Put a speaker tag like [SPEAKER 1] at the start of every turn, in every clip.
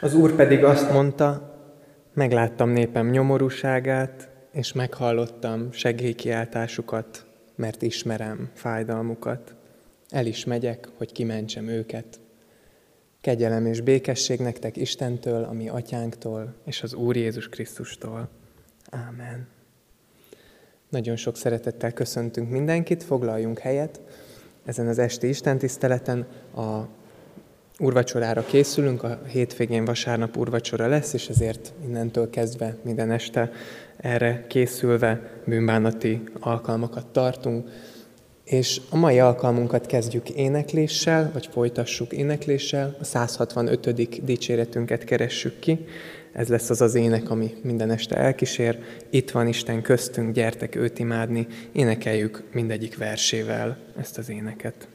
[SPEAKER 1] Az Úr pedig azt mondta, megláttam népem nyomorúságát, és meghallottam segélykiáltásukat, mert ismerem fájdalmukat. El is megyek, hogy kimentsem őket. Kegyelem és békesség nektek Istentől, a mi atyánktól, és az Úr Jézus Krisztustól. Ámen. Nagyon sok szeretettel köszöntünk mindenkit, foglaljunk helyet. Ezen az esti istentiszteleten a úrvacsorára készülünk, a hétvégén vasárnap úrvacsora lesz, és ezért innentől kezdve minden este erre készülve bűnbánati alkalmakat tartunk. És a mai alkalmunkat kezdjük énekléssel, vagy folytassuk énekléssel, a 165. dicséretünket keressük ki. Ez lesz az az ének, ami minden este elkísér. Itt van Isten köztünk, gyertek őt imádni, énekeljük mindegyik versével ezt az éneket.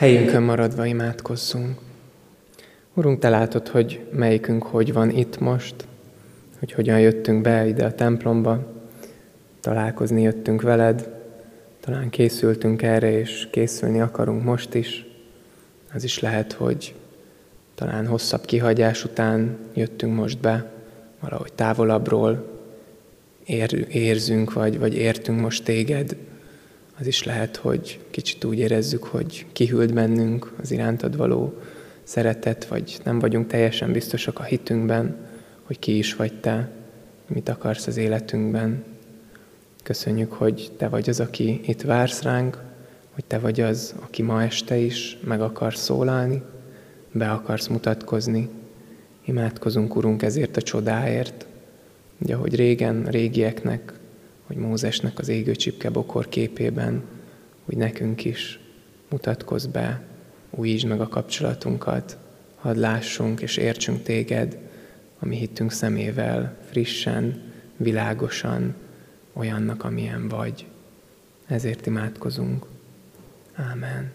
[SPEAKER 1] Helyünkön maradva imádkozzunk. Urunk, Te látod, hogy melyikünk hogy van itt most, hogy hogyan jöttünk be ide a templomba, találkozni jöttünk veled, talán készültünk erre, és készülni akarunk most is. Az is lehet, hogy talán hosszabb kihagyás után jöttünk most be, valahogy távolabbról érzünk, vagy értünk most téged. Az is lehet, hogy kicsit úgy érezzük, hogy kihűlt bennünk az irántad való szeretet, vagy nem vagyunk teljesen biztosak a hitünkben, hogy ki is vagy Te, mit akarsz az életünkben. Köszönjük, hogy Te vagy az, aki itt vársz ránk, hogy Te vagy az, aki ma este is meg akarsz szólalni, be akarsz mutatkozni. Imádkozunk, Urunk, ezért a csodáért, hogy ahogy régen, régieknek, hogy Mózesnek az égő csipkebokor képében, hogy nekünk is mutatkozz be, újítsd meg a kapcsolatunkat, hadd lássunk és értsünk téged, a mi hittünk szemével, frissen, világosan, olyannak, amilyen vagy. Ezért imádkozunk. Ámen.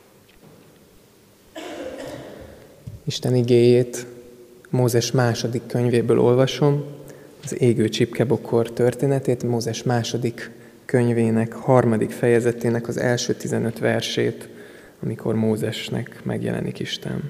[SPEAKER 1] Isten igéjét Mózes második könyvéből olvasom, az égő csipkebokor történetét, Mózes második könyvének 3. fejezetének az első 15 versét, amikor Mózesnek megjelenik Isten.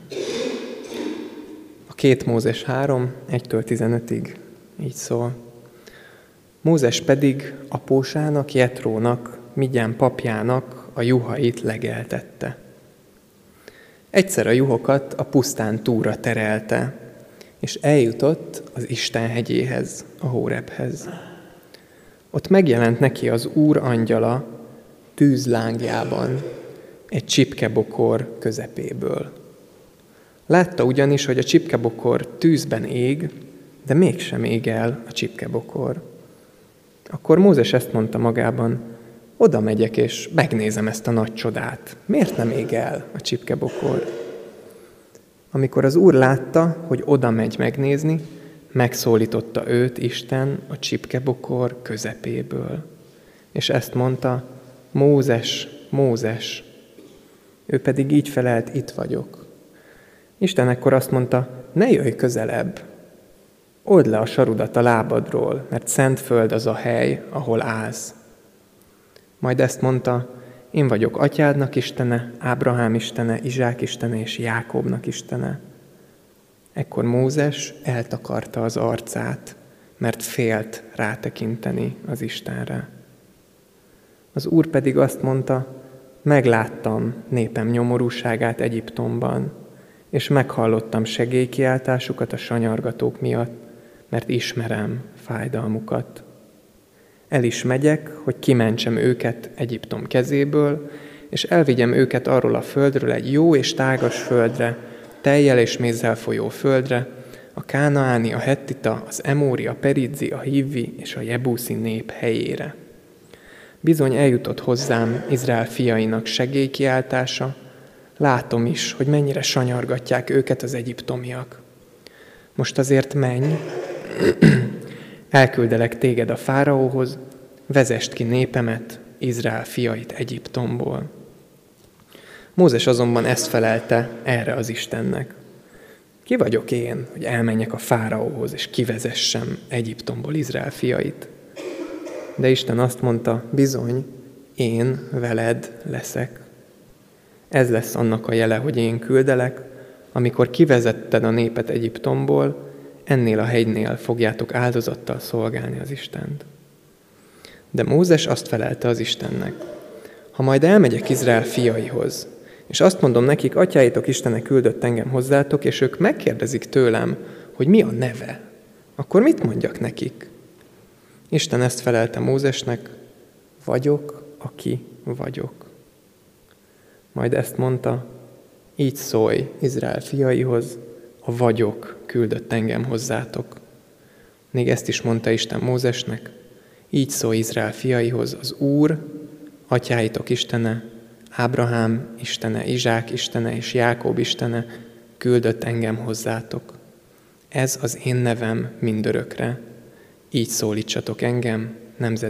[SPEAKER 1] A 2 Mózes 3, 1-től 15-ig így szól. Mózes pedig apósának, Jetrónak, Midján papjának a juhait legeltette. Egyszer a juhokat a pusztán túra terelte, és eljutott az Isten hegyéhez, a Hórebhez. Ott megjelent neki az Úr angyala tűzlángjában, egy csipkebokor közepéből. Látta ugyanis, hogy a csipkebokor tűzben ég, de mégsem ég el a csipkebokor. Akkor Mózes ezt mondta magában, oda megyek és megnézem ezt a nagy csodát. Miért nem ég el a csipkebokor? Amikor az Úr látta, hogy oda megy megnézni, megszólította őt Isten a csipkebokor közepéből. És ezt mondta, Mózes, Mózes. Ő pedig így felelt, itt vagyok. Isten ekkor azt mondta, ne jöjj közelebb, old le a sarudat a lábadról, mert szent föld az a hely, ahol állsz. Majd ezt mondta, én vagyok atyádnak Istene, Ábrahám Istene, Izsák Istene és Jákobnak Istene. Ekkor Mózes eltakarta az arcát, mert félt rátekinteni az Istenre. Az Úr pedig azt mondta, megláttam népem nyomorúságát Egyiptomban, és meghallottam segélykiáltásukat a sanyargatók miatt, mert ismerem fájdalmukat. El is megyek, hogy kimentsem őket Egyiptom kezéből, és elvigyem őket arról a földről egy jó és tágas földre, tejjel és mézzel folyó földre, a kánaáni, a hettita, az emóri, a perizzi, a hívvi és a jebuszi nép helyére. Bizony eljutott hozzám Izrael fiainak segélykiáltása, látom is, hogy mennyire sanyargatják őket az egyiptomiak. Most azért menj, elküldelek téged a fáraóhoz, vezest ki népemet, Izrael fiait Egyiptomból. Mózes azonban ezt felelte erre az Istennek. Ki vagyok én, hogy elmenjek a fáraóhoz, és kivezessem Egyiptomból Izrael fiait? De Isten azt mondta, bizony, én veled leszek. Ez lesz annak a jele, hogy én küldelek, amikor kivezetted a népet Egyiptomból, ennél a hegynél fogjátok áldozattal szolgálni az Istent. De Mózes azt felelte az Istennek, ha majd elmegyek Izrael fiaihoz, és azt mondom nekik, atyáitok Istene küldött engem hozzátok, és ők megkérdezik tőlem, hogy mi a neve, akkor mit mondjak nekik? Isten ezt felelte Mózesnek, vagyok, aki vagyok. Majd ezt mondta, így szólj Izrael fiaihoz, a vagyok küldött engem hozzátok. Még ezt is mondta Isten Mózesnek, így szólj Izrael fiaihoz, az Úr, atyáitok Istene, Ábrahám Istene, Izsák Istene és Jákob Istene küldött engem hozzátok. Ez az én nevem mindörökre. Így szólítsatok engem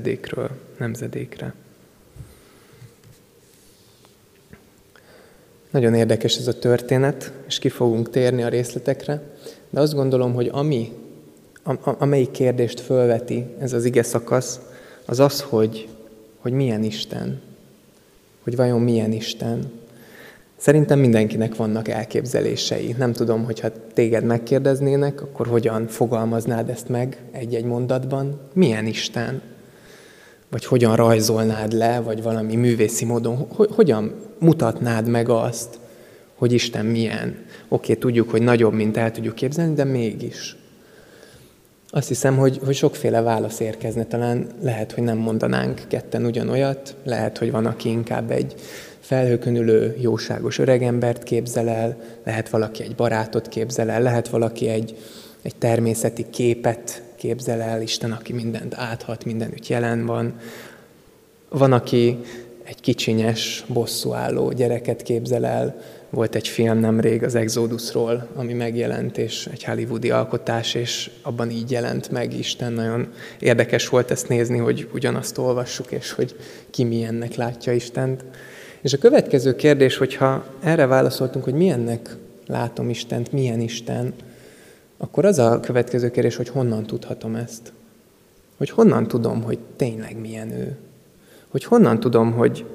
[SPEAKER 1] nemzedékről nemzedékre. Nagyon érdekes ez a történet, és ki fogunk térni a részletekre, de azt gondolom, hogy amelyik kérdést fölveti ez az ige szakasz, az az, hogy milyen Isten, hogy vajon milyen Isten. Szerintem mindenkinek vannak elképzelései. Nem tudom, hogyha téged megkérdeznének, akkor hogyan fogalmaznád ezt meg egy-egy mondatban? Milyen Isten? Vagy hogyan rajzolnád le, vagy valami művészi módon, hogyan mutatnád meg azt, hogy Isten milyen? Oké, tudjuk, hogy nagyobb, mint el tudjuk képzelni, de mégis. Azt hiszem, hogy sokféle válasz érkezne. Talán lehet, hogy nem mondanánk ketten ugyanolyat, lehet, hogy van, aki inkább egy felhőkön ülő, jóságos öregembert képzel el, lehet valaki egy barátot képzel el, lehet valaki egy természeti képet képzel el, Isten, aki mindent áthat, mindenütt jelen van. Van, aki egy kicsinyes, bosszúálló gyereket képzel el. Volt egy film nemrég az Exodusról, ami megjelent, és egy hollywoodi alkotás, és abban így jelent meg Isten. Nagyon érdekes volt ezt nézni, hogy ugyanazt olvassuk, és hogy ki milyennek látja Istent. És a következő kérdés, hogyha erre válaszoltunk, hogy milyennek látom Istent, milyen Isten, akkor az a következő kérdés, hogy honnan tudhatom ezt? Hogy honnan tudom, hogy tényleg milyen ő? Hogy honnan tudom, hogy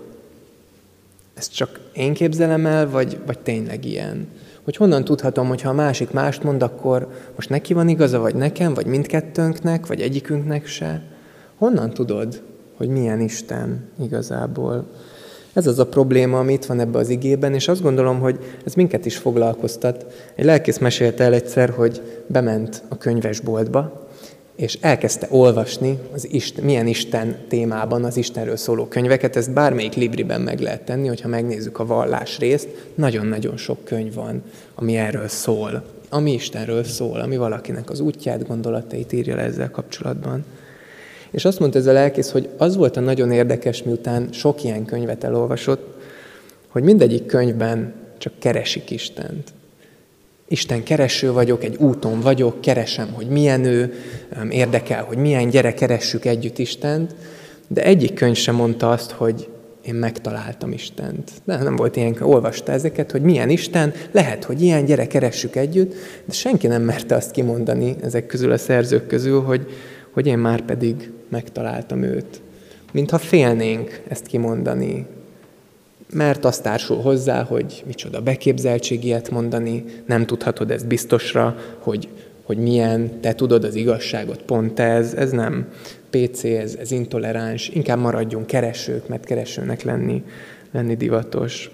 [SPEAKER 1] ezt csak én képzelem el, vagy tényleg ilyen? Hogy honnan tudhatom, hogy ha a másik mást mond, akkor most neki van igaza, vagy nekem, vagy mindkettőnknek, vagy egyikünknek se? Honnan tudod, hogy milyen Isten igazából? Ez az a probléma, ami itt van ebben az igében, és azt gondolom, hogy ez minket is foglalkoztat. Egy lelkész mesélte el egyszer, hogy bement a könyvesboltba, és elkezdte olvasni milyen Isten témában az Istenről szóló könyveket. Ezt bármelyik libriben meg lehet tenni, hogyha megnézzük a vallás részt. Nagyon-nagyon sok könyv van, ami erről szól, ami Istenről szól, ami valakinek az útját, gondolatait írja le ezzel kapcsolatban. És azt mondta ez a lelkész, hogy az volt a nagyon érdekes, miután sok ilyen könyvet elolvasott, hogy mindegyik könyvben csak keresik Istent. Isten kereső vagyok, egy úton vagyok, keresem, hogy milyen ő, érdekel, hogy milyen, gyere, keressük együtt Istent, de egyik könyv sem mondta azt, hogy én megtaláltam Istent. De nem volt ilyen, olvasta ezeket, hogy milyen Isten, lehet, hogy ilyen, gyere, keressük együtt, de senki nem merte azt kimondani ezek közül a szerzők közül, hogy én már pedig megtaláltam őt. Mintha félnénk ezt kimondani, mert azt társul hozzá, hogy micsoda beképzeltség ilyet mondani, nem tudhatod ezt biztosra, hogy milyen, te tudod az igazságot, pont ez nem PC, ez intoleráns, inkább maradjunk keresők, mert keresőnek lenni divatos.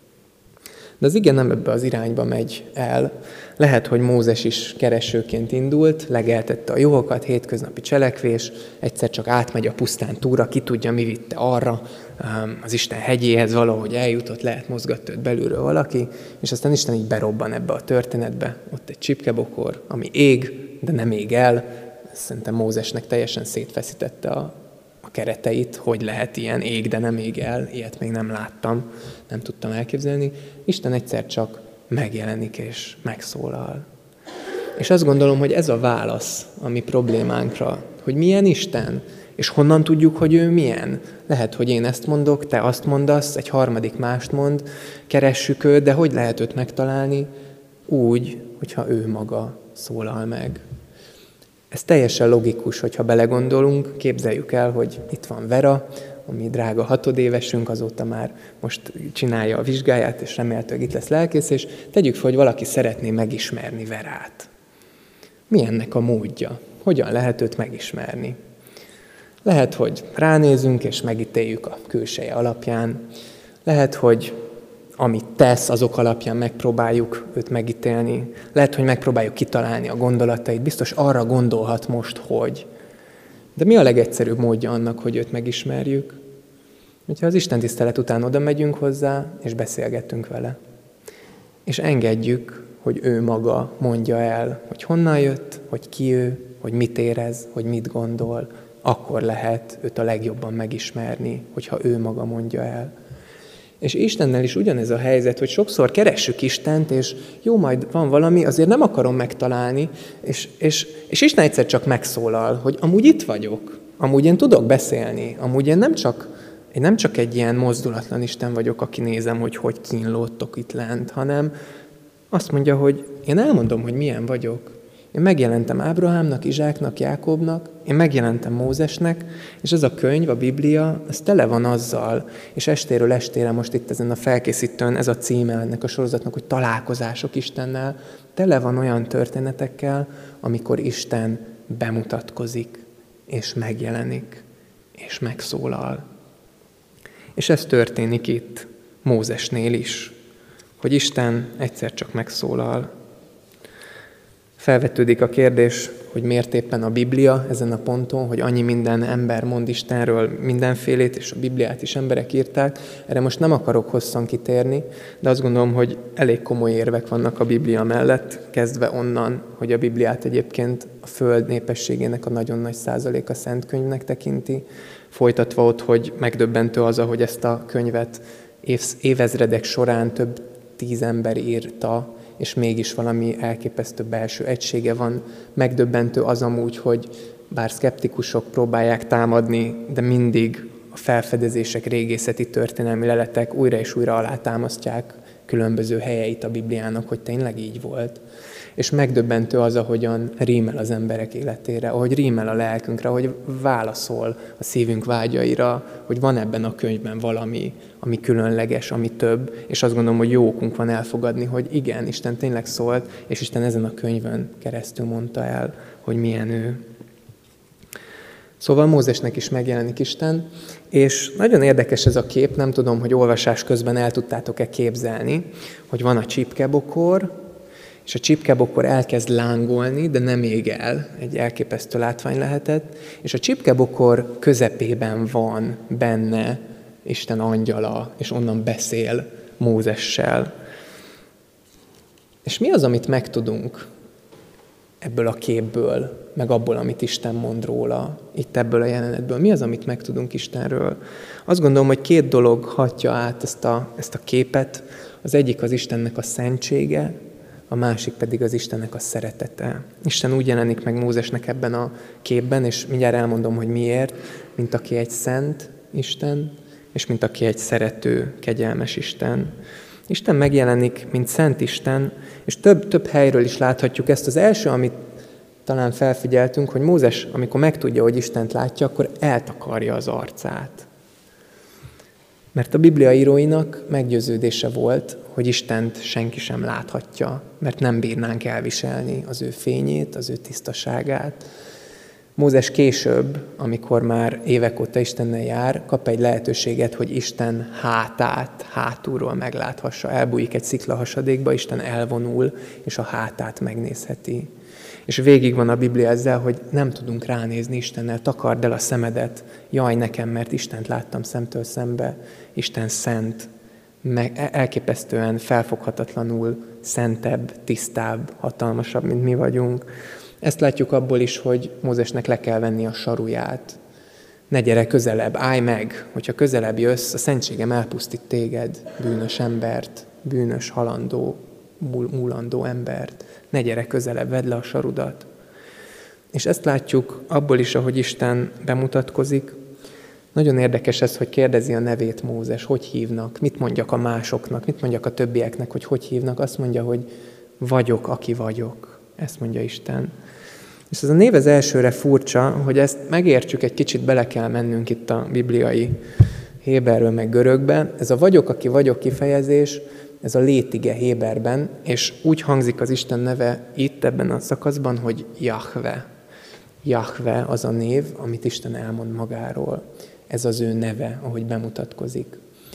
[SPEAKER 1] De az ige nem ebbe az irányba megy el. Lehet, hogy Mózes is keresőként indult, legeltette a juhokat, hétköznapi cselekvés, egyszer csak átmegy a pusztán túra, ki tudja, mi vitte arra, az Isten hegyéhez valahogy eljutott, lehet mozgatta őt belülről valaki, és aztán Isten így berobban ebbe a történetbe. Ott egy csipkebokor, ami ég, de nem ég el. Szerintem Mózesnek teljesen szétfeszítette a kereteit, hogy lehet ilyen ég, de nem ég el. Ilyet még nem láttam, nem tudtam elképzelni. Isten egyszer csak megjelenik és megszólal. És azt gondolom, hogy ez a válasz a mi problémánkra, hogy milyen Isten, és honnan tudjuk, hogy ő milyen. Lehet, hogy én ezt mondok, te azt mondasz, egy harmadik mást mond, keressük őt, de hogy lehet őt megtalálni? Úgy, hogyha ő maga szólal meg. Ez teljesen logikus, hogyha belegondolunk, képzeljük el, hogy itt van Vera, ami drága 6 évesünk, azóta már most csinálja a vizsgáját, és remélhetőleg itt lesz lelkész, és tegyük fel, hogy valaki szeretné megismerni Verát. Mi ennek a módja? Hogyan lehet őt megismerni? Lehet, hogy ránézünk, és megítéljük a külseje alapján. Lehet, hogy amit tesz, azok alapján megpróbáljuk őt megítélni. Lehet, hogy megpróbáljuk kitalálni a gondolatait. Biztos arra gondolhat most, hogy. De mi a legegyszerűbb módja annak, hogy őt megismerjük? Hogyha az istentisztelet után oda megyünk hozzá, és beszélgetünk vele. És engedjük, hogy ő maga mondja el, hogy honnan jött, hogy ki ő, hogy mit érez, hogy mit gondol. Akkor lehet őt a legjobban megismerni, hogyha ő maga mondja el. És Istennel is ugyanez a helyzet, hogy sokszor keressük Istent, és jó, majd van valami, azért nem akarom megtalálni, és Isten egyszer csak megszólal, hogy amúgy itt vagyok, amúgy én tudok beszélni, amúgy én nem csak nem csak egy ilyen mozdulatlan Isten vagyok, aki nézem, hogy kínlódtok itt lent, hanem azt mondja, hogy én elmondom, hogy milyen vagyok. Én megjelentem Ábrahámnak, Izsáknak, Jákobnak, én megjelentem Mózesnek, és ez a könyv, a Biblia, az tele van azzal, és estéről estére most itt ezen a felkészítőn, ez a címe ennek a sorozatnak, hogy találkozások Istennel, tele van olyan történetekkel, amikor Isten bemutatkozik, és megjelenik, és megszólal. És ez történik itt, Mózesnél is, hogy Isten egyszer csak megszólal. Felvetődik a kérdés, hogy miért éppen a Biblia ezen a ponton, hogy annyi minden ember mond Istenről mindenfélét, és a Bibliát is emberek írták. Erre most nem akarok hosszan kitérni, de azt gondolom, hogy elég komoly érvek vannak a Biblia mellett, kezdve onnan, hogy a Bibliát egyébként a föld népességének a nagyon nagy százaléka szent könyvnek tekinti, folytatva ott, hogy megdöbbentő az, hogy ezt a könyvet évezredek során több 10 ember írta, és mégis valami elképesztő belső egysége van. Megdöbbentő az amúgy, hogy bár szkeptikusok próbálják támadni, de mindig a felfedezések, régészeti történelmi leletek újra és újra alátámasztják különböző helyeit a Bibliának, hogy tényleg így volt. És megdöbbentő az, ahogyan rímel az emberek életére, ahogy rímel a lelkünkre, ahogy válaszol a szívünk vágyaira, hogy van ebben a könyvben valami, ami különleges, ami több, és azt gondolom, hogy jó okunk van elfogadni, hogy igen, Isten tényleg szólt, és Isten ezen a könyvön keresztül mondta el, hogy milyen ő. Szóval Mózesnek is megjelenik Isten, és nagyon érdekes ez a kép, nem tudom, hogy olvasás közben el tudtátok-e képzelni, hogy van a csipkebokor, és a csipkebokor elkezd lángolni, de nem ég el, egy elképesztő látvány lehetett, és a csipkebokor közepében van benne Isten angyala, és onnan beszél Mózessel. És mi az, amit megtudunk ebből a képből, meg abból, amit Isten mond róla, itt ebből a jelenetből? Mi az, amit megtudunk Istenről? Azt gondolom, hogy 2 dolog hatja át ezt a képet. Az egyik az Istennek a szentsége, a másik pedig az Istennek a szeretete. Isten úgy jelenik meg Mózesnek ebben a képben, és mindjárt elmondom, hogy miért, mint aki egy szent Isten, és mint aki egy szerető, kegyelmes Isten. Isten megjelenik, mint szent Isten, és több helyről is láthatjuk ezt. Az első, amit talán felfigyeltünk, hogy Mózes, amikor megtudja, hogy Istent látja, akkor eltakarja az arcát. Mert a Biblia íróinak meggyőződése volt, hogy Istent senki sem láthatja, mert nem bírnánk elviselni az ő fényét, az ő tisztaságát. Mózes később, amikor már évek óta Istennel jár, kap egy lehetőséget, hogy Isten hátát hátulról megláthassa. Elbújik egy sziklahasadékba, Isten elvonul, és a hátát megnézheti. És végig van a Biblia ezzel, hogy nem tudunk ránézni Istennel, takard el a szemedet, jaj nekem, mert Istent láttam szemtől szembe. Isten szent, elképesztően felfoghatatlanul szentebb, tisztább, hatalmasabb, mint mi vagyunk. Ezt látjuk abból is, hogy Mózesnek le kell venni a saruját. Ne gyere közelebb, állj meg, hogyha közelebb jössz, a szentségem elpusztít téged, bűnös embert, bűnös, halandó, múlandó embert. Ne gyere közelebb, vedd le a sarudat. És ezt látjuk abból is, ahogy Isten bemutatkozik. Nagyon érdekes ez, hogy kérdezi a nevét Mózes, hogy hívnak, mit mondjak a másoknak, mit mondjak a többieknek, hogy hívnak. Azt mondja, hogy vagyok, aki vagyok. Ezt mondja Isten. És ez a név az elsőre furcsa, hogy ezt megértsük, egy kicsit bele kell mennünk itt a bibliai héberről meg görögbe. Ez a vagyok, aki vagyok kifejezés, ez a létige héberben, és úgy hangzik az Isten neve itt ebben a szakaszban, hogy Jahve. Jahve az a név, amit Isten elmond magáról. Ez az ő neve, ahogy bemutatkozik.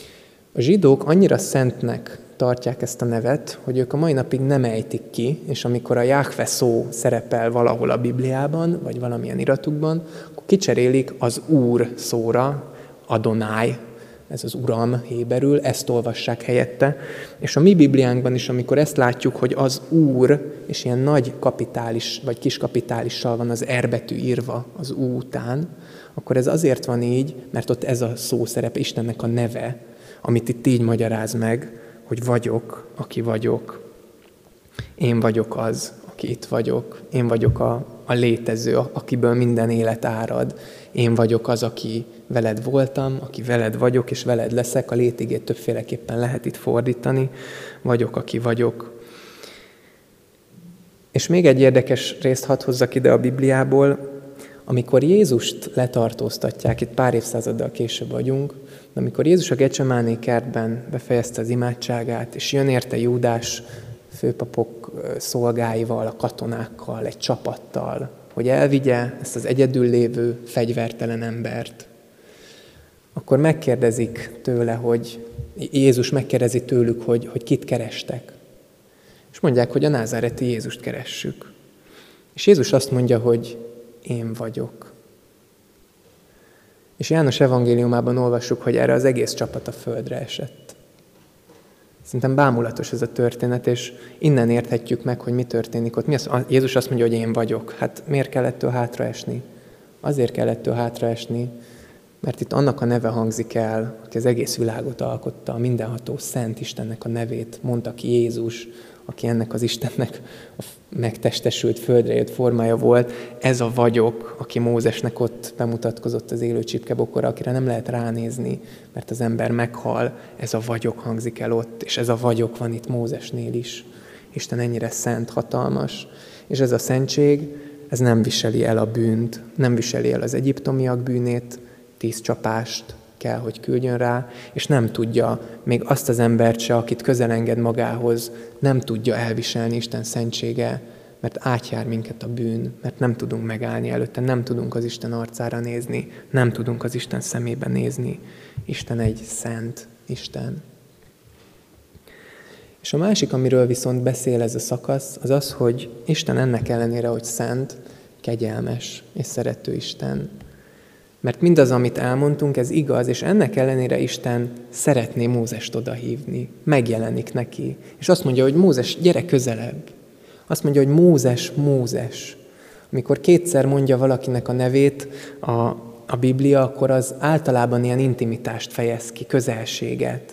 [SPEAKER 1] A zsidók annyira szentnek tartják ezt a nevet, hogy ők a mai napig nem ejtik ki, és amikor a Jahve szó szerepel valahol a Bibliában, vagy valamilyen iratukban, akkor kicserélik az Úr szóra, Adonai, ez az Uram héberül, ezt olvassák helyette. És a mi Bibliánkban is, amikor ezt látjuk, hogy az Úr, és ilyen nagy kapitális, vagy kis kapitálissal van az R betű írva az U után, akkor ez azért van így, mert ott ez a szó szerep, Istennek a neve, amit itt így magyaráz meg, hogy vagyok, aki vagyok. Én vagyok az, aki itt vagyok. Én vagyok a létező, akiből minden élet árad. Én vagyok az, aki veled voltam, aki veled vagyok, és veled leszek. A létigét többféleképpen lehet itt fordítani. Vagyok, aki vagyok. És még egy érdekes részt hadd hozzak ide a Bibliából. Amikor Jézust letartóztatják, itt pár évszázaddal később vagyunk, de amikor Jézus a Gecsemáné kertben befejezte az imádságát, és jön érte Júdás főpapok szolgáival, a katonákkal, egy csapattal, hogy elvigye ezt az egyedül lévő fegyvertelen embert, akkor megkérdezik tőle, hogy Jézus megkérdezi tőlük, hogy kit kerestek. És mondják, hogy a názáreti Jézust keressük. És Jézus azt mondja, hogy én vagyok. És János evangéliumában olvassuk, hogy erre az egész csapat a földre esett. Szerintem bámulatos ez a történet, és innen érthetjük meg, hogy mi történik ott. Jézus azt mondja, hogy én vagyok. Hát miért kell ettől hátraesni? Azért kell ettől hátraesni, mert itt annak a neve hangzik el, aki az egész világot alkotta, a mindenható Szent Istennek a nevét mondta ki Jézus, aki ennek az Istennek a megtestesült, földre jött formája volt. Ez a vagyok, aki Mózesnek ott bemutatkozott az élő csipkebokorra, akire nem lehet ránézni, mert az ember meghal. Ez a vagyok hangzik el ott, és ez a vagyok van itt Mózesnél is. Isten ennyire szent, hatalmas. És ez a szentség, ez nem viseli el a bűnt, nem viseli el az egyiptomiak bűnét, 10 csapást kell, hogy küldjön rá, és nem tudja még azt az embert se, akit közel enged magához, nem tudja elviselni Isten szentsége, mert átjár minket a bűn, mert nem tudunk megállni előtte, nem tudunk az Isten arcára nézni, nem tudunk az Isten szemébe nézni. Isten egy szent Isten. És a másik, amiről viszont beszél ez a szakasz, az az, hogy Isten ennek ellenére, hogy szent, kegyelmes és szerető Isten. Mert mindaz, amit elmondtunk, ez igaz, és ennek ellenére Isten szeretné Mózest odahívni, megjelenik neki. És azt mondja, hogy Mózes, gyere közelebb. Azt mondja, hogy Mózes, Mózes. Amikor 2-szer mondja valakinek a nevét a Biblia, akkor az általában ilyen intimitást fejez ki, közelséget.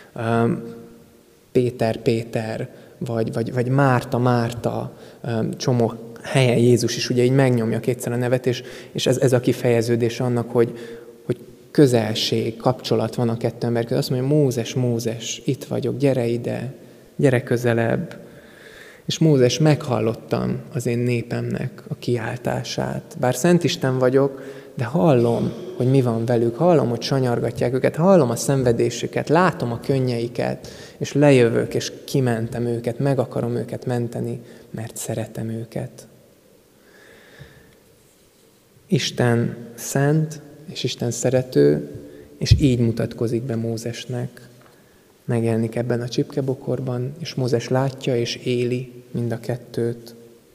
[SPEAKER 1] Péter, Péter, vagy Márta, Márta, csomó helyen Jézus is ugye így megnyomja 2-szer a nevet, és ez a kifejeződés annak, hogy közelség, kapcsolat van a 2 ember között. Azt mondja, Mózes, Mózes, itt vagyok, gyere ide, gyere közelebb. És Mózes, meghallottam az én népemnek a kiáltását. Bár Szent Isten vagyok, de hallom, hogy mi van velük, hallom, hogy sanyargatják őket, hallom a szenvedésüket, látom a könnyeiket, és lejövök, és kimentem őket, meg akarom őket menteni, mert szeretem őket. Isten szent, és Isten szerető, és így mutatkozik be Mózesnek. Megjelenik ebben a csipkebokorban, és Mózes látja és éli mind a kettőt.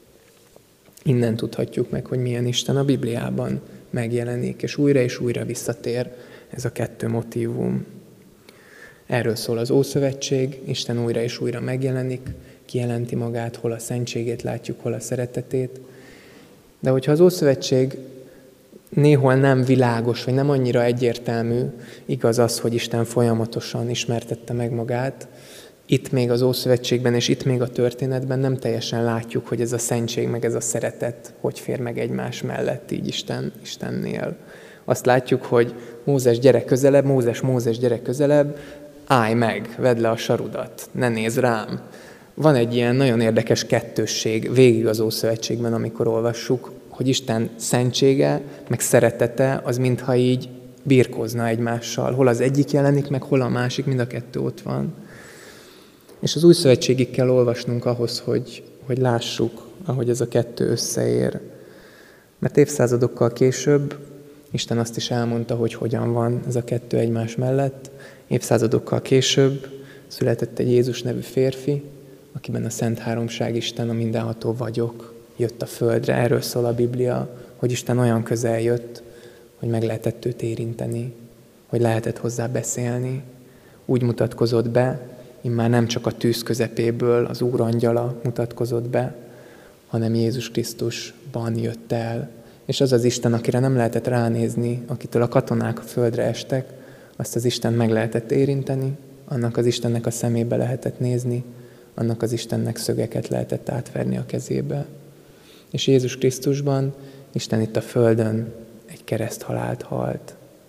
[SPEAKER 1] Innen tudhatjuk meg, hogy milyen Isten a Bibliában megjelenik, és újra visszatér ez a 2 motívum. Erről szól az Ószövetség, Isten újra és újra megjelenik, kijelenti magát, hol a szentségét látjuk, hol a szeretetét. De hogyha az Ószövetség néhol nem világos, vagy nem annyira egyértelmű, igaz az, hogy Isten folyamatosan ismertette meg magát, itt még az Ószövetségben, és itt még a történetben nem teljesen látjuk, hogy ez a szentség, meg ez a szeretet hogy fér meg egymás mellett így Istennél. Azt látjuk, hogy Mózes, gyere közelebb, Mózes, Mózes, gyere közelebb, állj meg, vedd le a sarudat, ne nézz rám. Van egy ilyen nagyon érdekes kettősség végig az Ószövetségben, amikor olvassuk, hogy Isten szentsége, meg szeretete, az mintha így birkózna egymással. Hol az egyik jelenik meg, hol a másik, mind a 2 ott van. És az Új Szövetségig kell olvasnunk ahhoz, hogy lássuk, ahogy ez a 2 összeér. Mert évszázadokkal később Isten azt is elmondta, hogy hogyan van ez a 2 egymás mellett. Évszázadokkal később született egy Jézus nevű férfi, akiben a Szent Háromság, Isten, a mindenható vagyok, jött a földre. Erről szól a Biblia, hogy Isten olyan közel jött, hogy meg lehetett őt érinteni, hogy lehetett hozzá beszélni. Úgy mutatkozott be, immár nem csak a tűz közepéből az Úr angyala mutatkozott be, hanem Jézus Krisztusban jött el. És az az Isten, akire nem lehetett ránézni, akitől a katonák a földre estek, azt az Isten meg lehetett érinteni, annak az Istennek a szemébe lehetett nézni, annak az Istennek szögeket lehetett átverni a kezébe. És Jézus Krisztusban Isten itt a földön egy kereszthalált halt.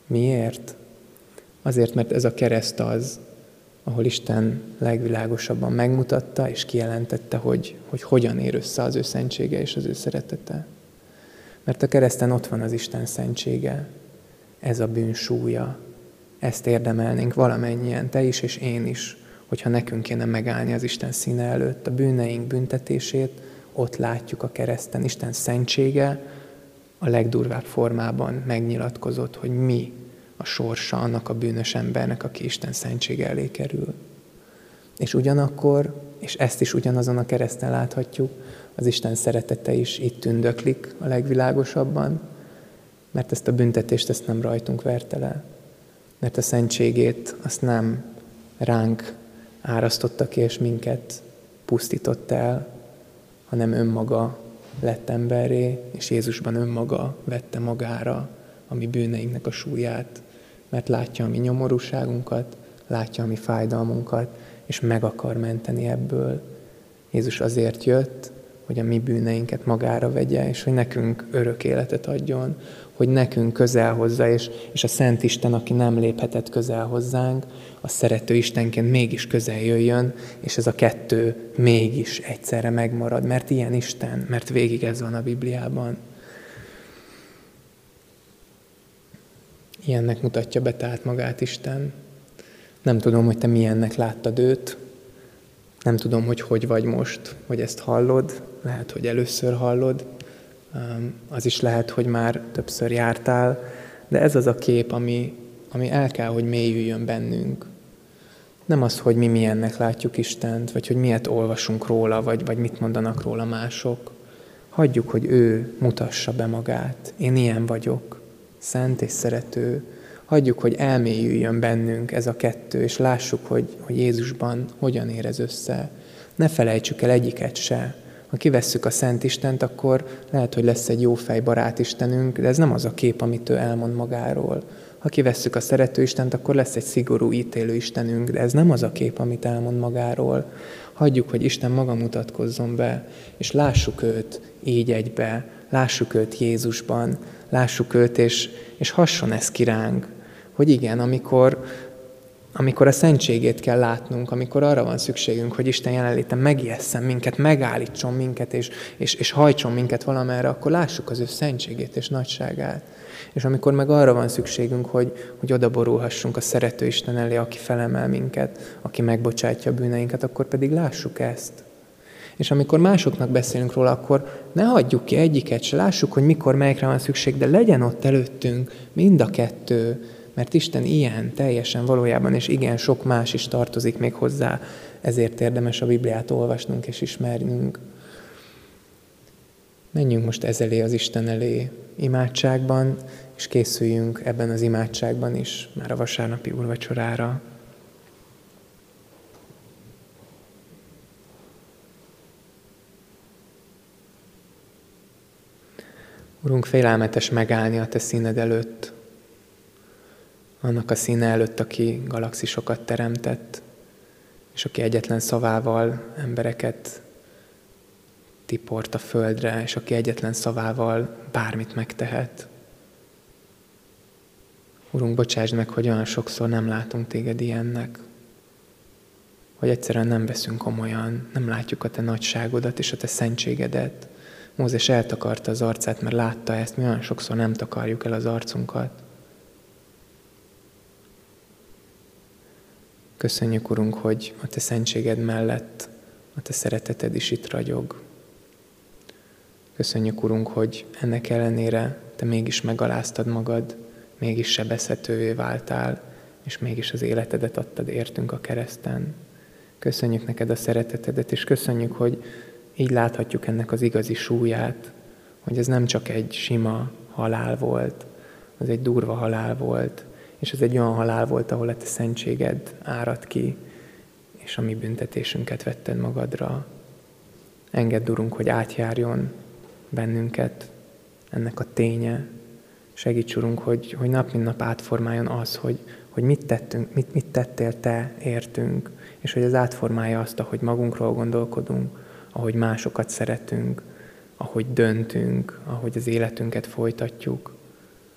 [SPEAKER 1] Miért? Azért, mert ez a kereszt az, ahol Isten legvilágosabban megmutatta és kijelentette, hogy hogyan ér össze az ő szentsége és az ő szeretete. Mert a kereszten ott van az Isten szentsége, ez a bűn súlya. Ezt érdemelnénk valamennyien, te is és én is, hogyha nekünk kéne megállni az Isten színe előtt. A bűneink büntetését ott látjuk a kereszten. Isten szentsége a legdurvább formában megnyilatkozott, hogy mi a sorsa annak a bűnös embernek, aki Isten szentsége elé kerül. És ugyanakkor, és ezt is ugyanazon a kereszten láthatjuk, az Isten szeretete is itt tündöklik a legvilágosabban, mert ezt a büntetést ezt nem rajtunk verte le. Mert a szentségét azt nem ránk árasztotta ki, és minket pusztított el, hanem önmaga lett emberré, és Jézusban önmaga vette magára a mi bűneinknek a súlyát, mert látja a mi nyomorúságunkat, látja a mi fájdalmunkat, és meg akar menteni ebből. Jézus azért jött, hogy a mi bűneinket magára vegye, és hogy nekünk örök életet adjon, hogy nekünk közel hozzá, és a Szent Isten, aki nem léphetett közel hozzánk, a szerető Istenként mégis közel jöjjön, és ez a kettő mégis egyszerre megmarad, mert ilyen Isten, mert végig ez van a Bibliában. Ilyennek mutatja be tehát magát Isten. Nem tudom, hogy te milyennek láttad őt, nem tudom, hogy vagy most, hogy ezt hallod, lehet, hogy először hallod, az is lehet, hogy már többször jártál, de ez az a kép, ami el kell, hogy mélyüljön bennünk. Nem az, hogy mi milyennek látjuk Istent, vagy hogy miért olvasunk róla, vagy mit mondanak róla mások. Hagyjuk, hogy ő mutassa be magát. Én ilyen vagyok, szent és szerető. Hagyjuk, hogy elmélyüljön bennünk ez a kettő, és lássuk, hogy Jézusban hogyan ér ez össze. Ne felejtsük el egyiket se. Ha kivesszük a Szent Istent, akkor lehet, hogy lesz egy jófej barátistenünk, de ez nem az a kép, amit ő elmond magáról. Ha kivesszük a szerető Istent, akkor lesz egy szigorú ítélő Istenünk, de ez nem az a kép, amit elmond magáról. Hagyjuk, hogy Isten maga mutatkozzon be, és lássuk őt így egybe, lássuk őt Jézusban, lássuk őt, és hasson ez ki ránk, hogy igen, amikor a szentségét kell látnunk, amikor arra van szükségünk, hogy Isten jelenléte megijesszen minket, megállítson minket, és hajtson minket valamerre, akkor lássuk az ő szentségét és nagyságát. És amikor meg arra van szükségünk, hogy odaborulhassunk a szerető Isten elé, aki felemel minket, aki megbocsátja a bűneinket, akkor pedig lássuk ezt. És amikor másoknak beszélünk róla, akkor ne hagyjuk ki egyiket se, lássuk, hogy mikor melyikre van szükség, de legyen ott előttünk mind a kettő, mert Isten ilyen, teljesen valójában, és igen, sok más is tartozik még hozzá, ezért érdemes a Bibliát olvasnunk és ismernünk. Menjünk most ezelé az Isten elé imádságban, és készüljünk ebben az imádságban is már a vasárnapi úrvacsorára. Urunk, félelmetes megállni a Te színed előtt, annak a színe előtt, aki galaxisokat teremtett, és aki egyetlen szavával embereket tiport a földre, és aki egyetlen szavával bármit megtehet. Urunk, bocsásd meg, hogy olyan sokszor nem látunk Téged ilyennek, hogy egyszerűen nem veszünk komolyan, nem látjuk a Te nagyságodat és a Te szentségedet. Mózes eltakarta az arcát, mert látta ezt, mi olyan sokszor nem takarjuk el az arcunkat. Köszönjük, Urunk, hogy a Te szentséged mellett a Te szereteted is itt ragyog. Köszönjük, Urunk, hogy ennek ellenére Te mégis megaláztad magad, mégis sebezhetővé váltál, és mégis az életedet adtad értünk a kereszten. Köszönjük neked a szeretetedet, és köszönjük, hogy így láthatjuk ennek az igazi súlyát, hogy ez nem csak egy sima halál volt, az egy durva halál volt, és ez egy olyan halál volt, ahol a Te szentséged árad ki, és a mi büntetésünket vetted magadra. Engedd, Urunk, hogy átjárjon bennünket ennek a ténye. Segíts, Urunk, hogy nap mint nap átformáljon az, hogy mit tettünk, mit tettél Te értünk, és hogy ez átformálja azt, ahogy magunkról gondolkodunk, ahogy másokat szeretünk, ahogy döntünk, ahogy az életünket folytatjuk,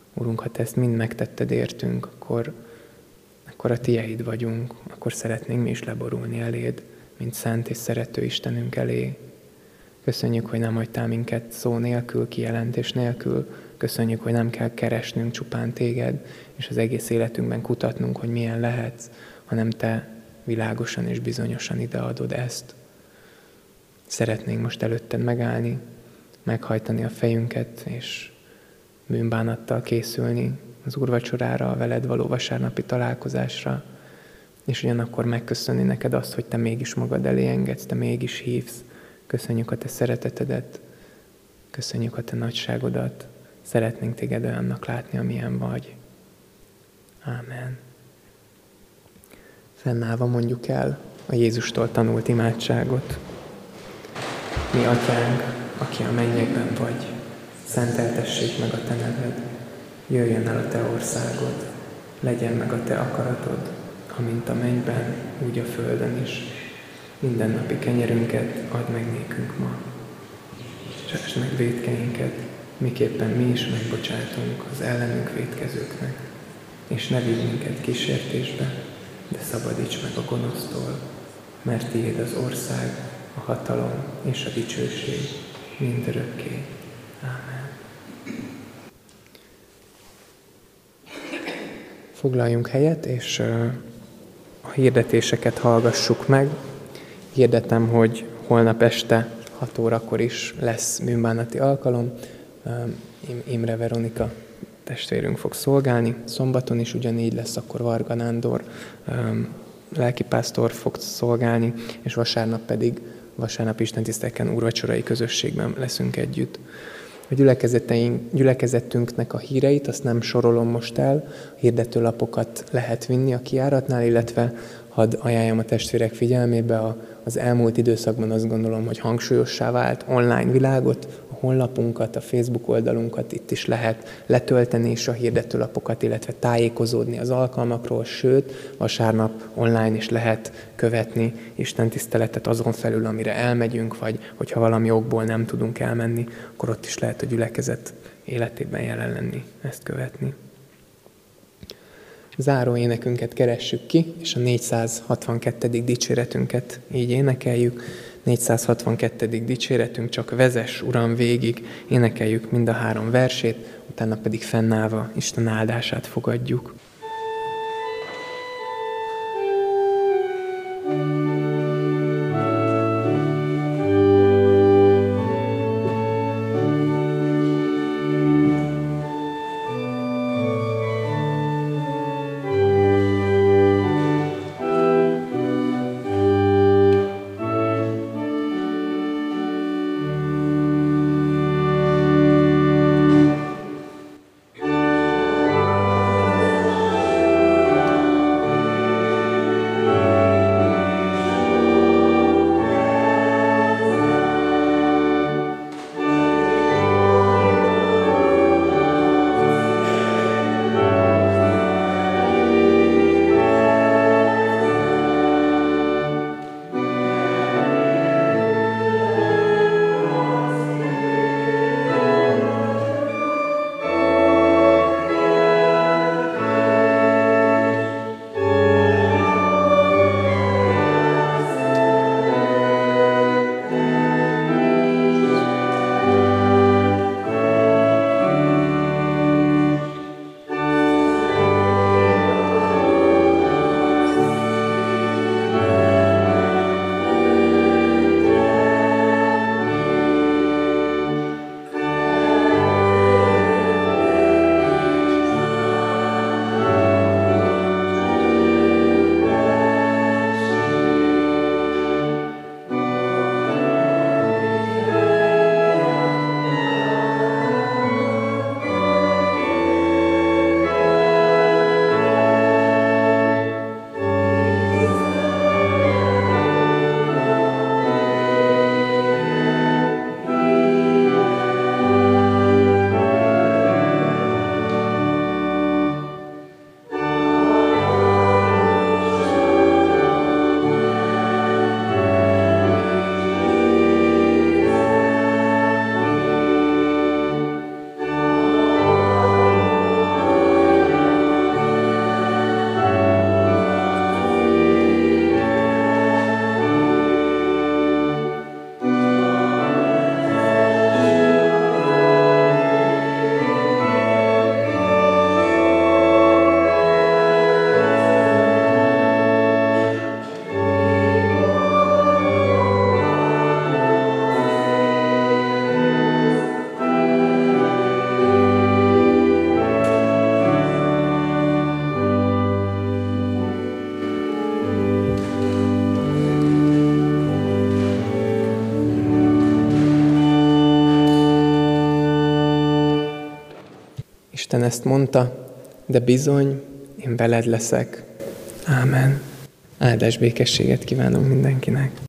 [SPEAKER 1] Urunk, ha Te ezt mind megtetted értünk, akkor a Tieid vagyunk, akkor szeretnénk mi is leborulni eléd, mint szent és szerető Istenünk elé. Köszönjük, hogy nem hagytál minket szó nélkül, kijelentés nélkül. Köszönjük, hogy nem kell keresnünk csupán Téged, és az egész életünkben kutatnunk, hogy milyen lehetsz, hanem Te világosan és bizonyosan ideadod ezt. Szeretnénk most előtted megállni, meghajtani a fejünket, és bűnbánattal készülni az úrvacsorára, a veled való vasárnapi találkozásra, és ugyanakkor megköszönni neked azt, hogy Te mégis magad elé engedsz, Te mégis hívsz. Köszönjük a Te szeretetedet, köszönjük a Te nagyságodat, szeretnénk Téged olyannak látni, amilyen vagy. Ámen. Fennállva mondjuk el a Jézustól tanult imádságot. Mi Atyánk, aki a mennyekben vagy, szenteltessék meg a Te neved, jöjjön el a Te országod, legyen meg a Te akaratod, amint a mennyben, úgy a földön is. Mindennapi kenyerünket add meg nékünk ma. Csásd meg vétkeinket, miképpen mi is megbocsátunk az ellenünk vétkezőknek. És ne vigy minket kísértésbe, de szabadíts meg a gonosztól, mert Tiéd az ország, a hatalom és a dicsőség mindörökké. Ámen. Foglaljunk helyet, és a hirdetéseket hallgassuk meg. Hirdetem, hogy holnap este 6 órakor is lesz bűnbánati alkalom. Imre Veronika testvérünk fog szolgálni. Szombaton is ugyanígy lesz, akkor Varga Nándor lelkipásztor fog szolgálni, és vasárnap istentiszteleken úrvacsorai közösségben leszünk együtt. A gyülekezetünknek a híreit, azt nem sorolom most el, a hirdetőlapokat lehet vinni a kijáratnál, illetve hadd ajánljam a testvérek figyelmébe, az elmúlt időszakban azt gondolom, hogy hangsúlyossá vált online világot, a honlapunkat, a Facebook oldalunkat itt is lehet letölteni, és a hirdetőlapokat, illetve tájékozódni az alkalmakról, sőt, vasárnap online is lehet követni istentiszteletet azon felül, amire elmegyünk, vagy hogyha valami okból nem tudunk elmenni, akkor ott is lehet a gyülekezet életében jelen lenni, ezt követni. Záró énekünket keressük ki, és a 462. dicséretünket így énekeljük. 462. dicséretünk, csak vezess, Uram, végig, énekeljük mind a 3 versét, utána pedig fennállva Isten áldását fogadjuk. Isten ezt mondta, de bizony, én veled leszek. Ámen. Áldás békességet kívánok mindenkinek.